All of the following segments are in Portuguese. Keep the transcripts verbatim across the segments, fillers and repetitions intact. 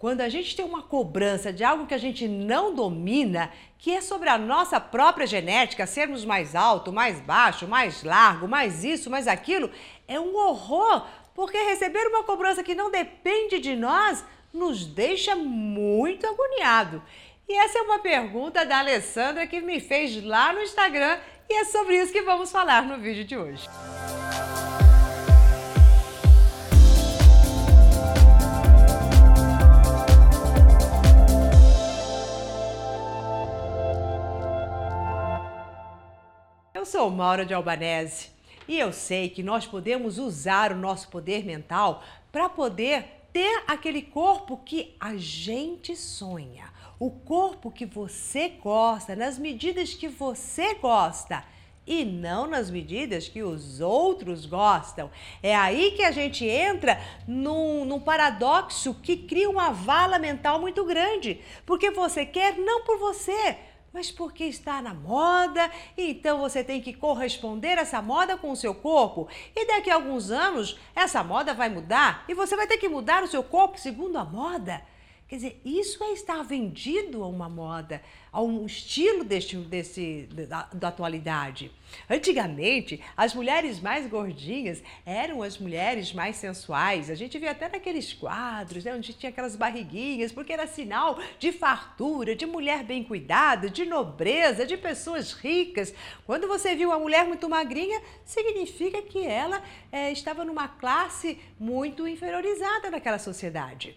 quando a gente tem uma cobrança de algo que a gente não domina, que é sobre a nossa própria genética, sermos mais alto, mais baixo, mais largo, mais isso, mais aquilo, é um horror, porque receber uma cobrança que não depende de nós nos deixa muito agoniado. E essa é uma pergunta da Alessandra que me fez lá no Instagram e é sobre isso que vamos falar no vídeo de hoje. Eu sou Maura de Albanese e eu sei que nós podemos usar o nosso poder mental para poder ter aquele corpo que a gente sonha, o corpo que você gosta, nas medidas que você gosta e não nas medidas que os outros gostam. É aí que a gente entra num, num paradoxo que cria uma vala mental muito grande, porque você quer não por você, mas porque está na moda, então você tem que corresponder a essa moda com o seu corpo. E daqui a alguns anos, essa moda vai mudar e você vai ter que mudar o seu corpo segundo a moda. Quer dizer, isso é estar vendido a uma moda, a um estilo deste, desse, da, da atualidade. Antigamente, as mulheres mais gordinhas eram as mulheres mais sensuais. A gente via até naqueles quadros, né, onde tinha aquelas barriguinhas, porque era sinal de fartura, de mulher bem cuidada, de nobreza, de pessoas ricas. Quando você viu uma mulher muito magrinha, significa que ela é, estava numa classe muito inferiorizada naquela sociedade.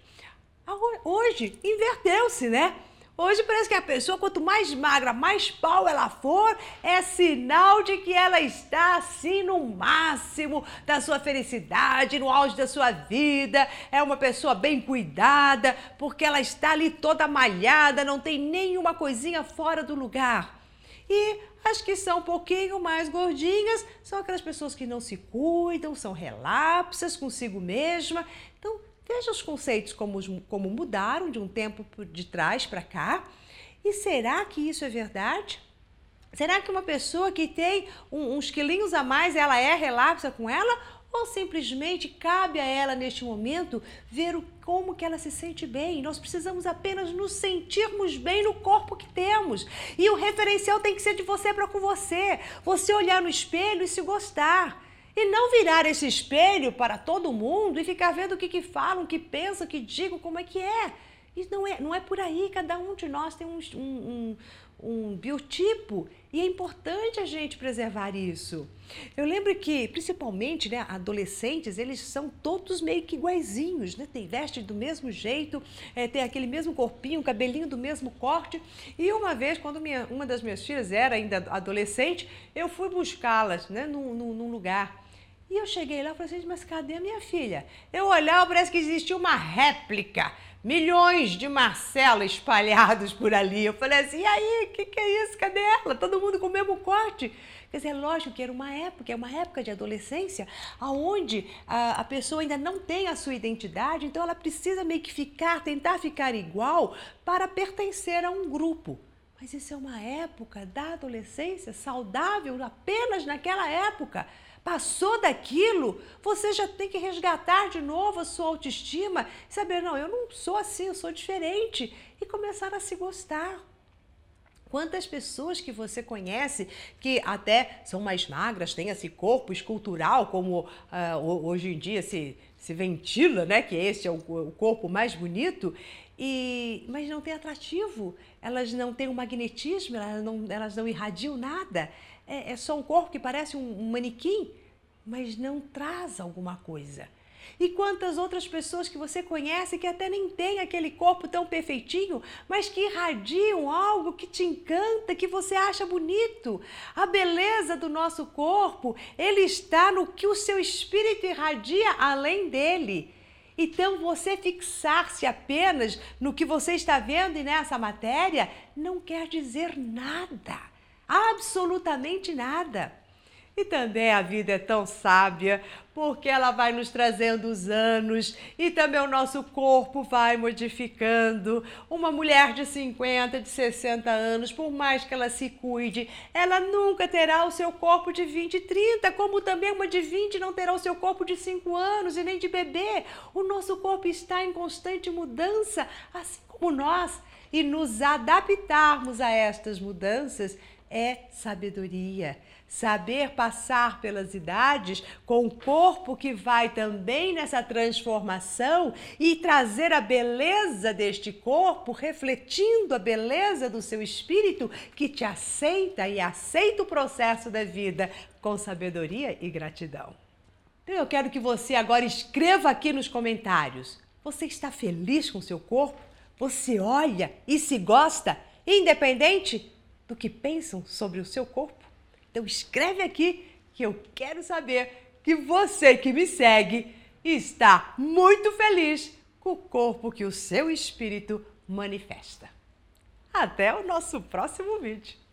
Hoje, inverteu-se, né? Hoje parece que a pessoa, quanto mais magra, mais pau ela for, é sinal de que ela está assim no máximo da sua felicidade, no auge da sua vida, é uma pessoa bem cuidada, porque ela está ali toda malhada, não tem nenhuma coisinha fora do lugar. E as que são um pouquinho mais gordinhas são aquelas pessoas que não se cuidam, são relapsas consigo mesma. Então, veja os conceitos como, como mudaram de um tempo de trás para cá. E será que isso é verdade? Será que uma pessoa que tem um, uns quilinhos a mais, ela é relapsa com ela? Ou simplesmente cabe a ela, neste momento, ver o, como que ela se sente bem? Nós precisamos apenas nos sentirmos bem no corpo que temos. E o referencial tem que ser de você para com você. Você olhar no espelho e se gostar. E não virar esse espelho para todo mundo e ficar vendo o que, que falam, o que pensam, o que digam, como é que é. Isso não é, não é por aí, cada um de nós tem um, um, um, um biotipo e é importante a gente preservar isso. Eu lembro que, principalmente, né, adolescentes, eles são todos meio que iguaizinhos, né? Tem veste do mesmo jeito, é, tem aquele mesmo corpinho, cabelinho do mesmo corte. E uma vez, quando minha, uma das minhas filhas era ainda adolescente, eu fui buscá-las, né, num, num, num lugar. E eu cheguei lá e falei assim, mas cadê a minha filha? Eu olhava, parece que existia uma réplica, milhões de Marcela espalhados por ali. Eu falei assim, e aí, o que, que é isso? Cadê ela? Todo mundo com o mesmo corte. Quer dizer, lógico que era uma época, é uma época de adolescência, onde a, a pessoa ainda não tem a sua identidade, então ela precisa meio que ficar, tentar ficar igual para pertencer a um grupo. Mas isso é uma época da adolescência saudável apenas naquela época. Passou daquilo, você já tem que resgatar de novo a sua autoestima, saber, não, eu não sou assim, eu sou diferente, e começar a se gostar. Quantas pessoas que você conhece que até são mais magras, têm esse corpo escultural, como uh, hoje em dia se, se ventila, né? Que esse é o, o corpo mais bonito, e, mas não tem atrativo, elas não têm um magnetismo, elas não, elas não irradiam nada. É, é só um corpo que parece um, um manequim, mas não traz alguma coisa. E quantas outras pessoas que você conhece que até nem tem aquele corpo tão perfeitinho, mas que irradiam algo que te encanta, que você acha bonito. A beleza do nosso corpo, ele está no que o seu espírito irradia além dele. Então, você fixar-se apenas no que você está vendo e nessa matéria não quer dizer nada, absolutamente nada. E também a vida é tão sábia, porque ela vai nos trazendo os anos e também o nosso corpo vai modificando. Uma mulher de cinquenta, de sessenta anos, por mais que ela se cuide, ela nunca terá o seu corpo de vinte, trinta, como também uma de vinte não terá o seu corpo de cinco anos e nem de bebê. O nosso corpo está em constante mudança, assim como nós. E nos adaptarmos a estas mudanças é sabedoria. Saber passar pelas idades com o corpo que vai também nessa transformação e trazer a beleza deste corpo, refletindo a beleza do seu espírito que te aceita e aceita o processo da vida com sabedoria e gratidão. Então eu quero que você agora escreva aqui nos comentários. Você está feliz com o seu corpo? Você olha e se gosta, independente do que pensam sobre o seu corpo? Então escreve aqui que eu quero saber que você que me segue está muito feliz com o corpo que o seu espírito manifesta. Até o nosso próximo vídeo.